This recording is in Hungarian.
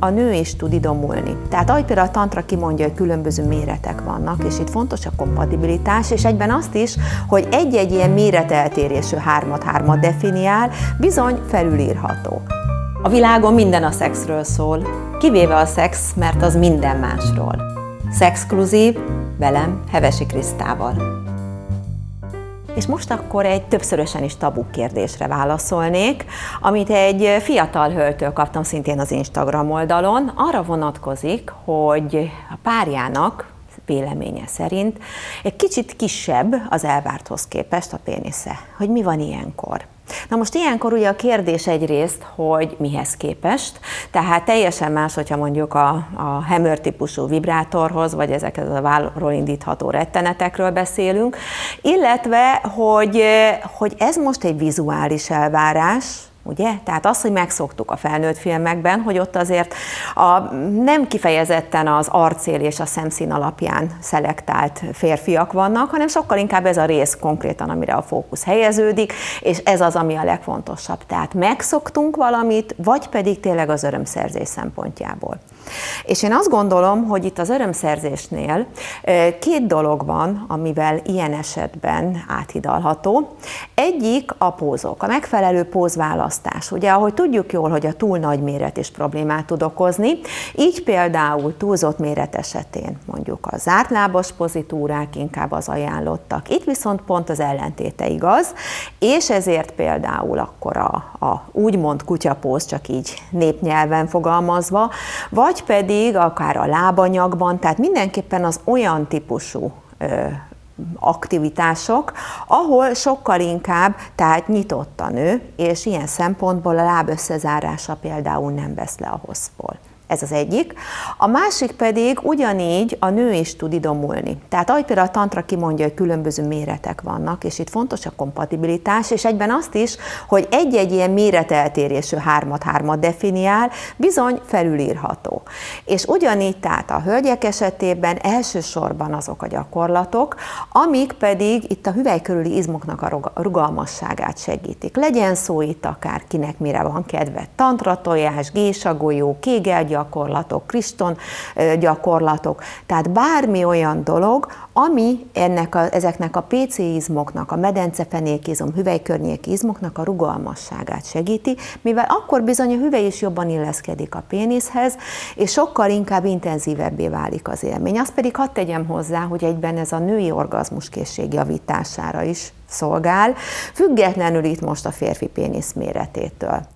a nő is tud idomulni. Tehát ahogy például a tantra kimondja, hogy különböző méretek vannak, és itt fontos a kompatibilitás, és egyben azt is, hogy egy-egy ilyen méreteltérésű hármat definiál, bizony felülírható. A világon minden a szexről szól, kivéve a szex, mert az minden másról. Szexkluzív, velem, Hevesi Krisztával. És most akkor egy többszörösen is tabu kérdésre válaszolnék, amit egy fiatal hölgytől kaptam szintén az Instagram oldalon. Arra vonatkozik, hogy a párjának véleménye szerint egy kicsit kisebb az elvárthoz képest a pénisze. Hogy mi van ilyenkor? Na most ilyenkor ugye a kérdés egyrészt, hogy mihez képest, tehát teljesen más, hogyha mondjuk a Hammer típusú vibrátorhoz, vagy ezeket a vállról indítható rettenetekről beszélünk, illetve, hogy ez most egy vizuális elvárás, ugye? Tehát az, hogy megszoktuk a felnőtt filmekben, hogy ott azért nem kifejezetten az arcél és a szemszín alapján szelektált férfiak vannak, hanem sokkal inkább ez a rész konkrétan, amire a fókusz helyeződik, és ez az, ami a legfontosabb. Tehát megszoktunk valamit, vagy pedig tényleg az örömszerzés szempontjából. És én azt gondolom, hogy itt az örömszerzésnél két dolog van, amivel ilyen esetben áthidalható. Egyik a pózok, a megfelelő pózválasztás. Ugye, ahogy tudjuk jól, hogy a túl nagy méret is problémát tud okozni, így például túlzott méret esetén mondjuk a zártlábas pozitúrák inkább az ajánlottak. Itt viszont pont az ellentéte igaz, és ezért például akkor a úgymond kutyapóz, csak így népnyelven fogalmazva, vagy pedig akár a lábanyagban, tehát mindenképpen az olyan típusú aktivitások, ahol sokkal inkább, tehát nyitott a nő, és ilyen szempontból a láb összezárása például nem vesz le a hosszból. Ez az egyik. A másik pedig ugyanígy a nő is tud idomulni. Tehát ahogy például a tantra kimondja, hogy különböző méretek vannak, és itt fontos a kompatibilitás, és egyben azt is, hogy egy-egy ilyen méreteltérésű hármat definiál, bizony felülírható. És ugyanígy tehát a hölgyek esetében elsősorban azok a gyakorlatok, amik pedig itt a hüvely körüli izmoknak a rugalmasságát segítik. Legyen szó itt akár kinek mire van kedve, tantratojás, gésagolyó, kégel gyakorlatok, kriston gyakorlatok, tehát bármi olyan dolog, ami ezeknek a PC izmoknak, a medencefenékizom, hüvelykörnyéki izmoknak a rugalmasságát segíti, mivel akkor bizony a hüvely is jobban illeszkedik a péniszhez, és sokkal inkább intenzívebbé válik az élmény. Azt pedig hadd tegyem hozzá, hogy egyben ez a női orgazmuskészség javítására is szolgál, függetlenül itt most a férfi pénisz méretétől.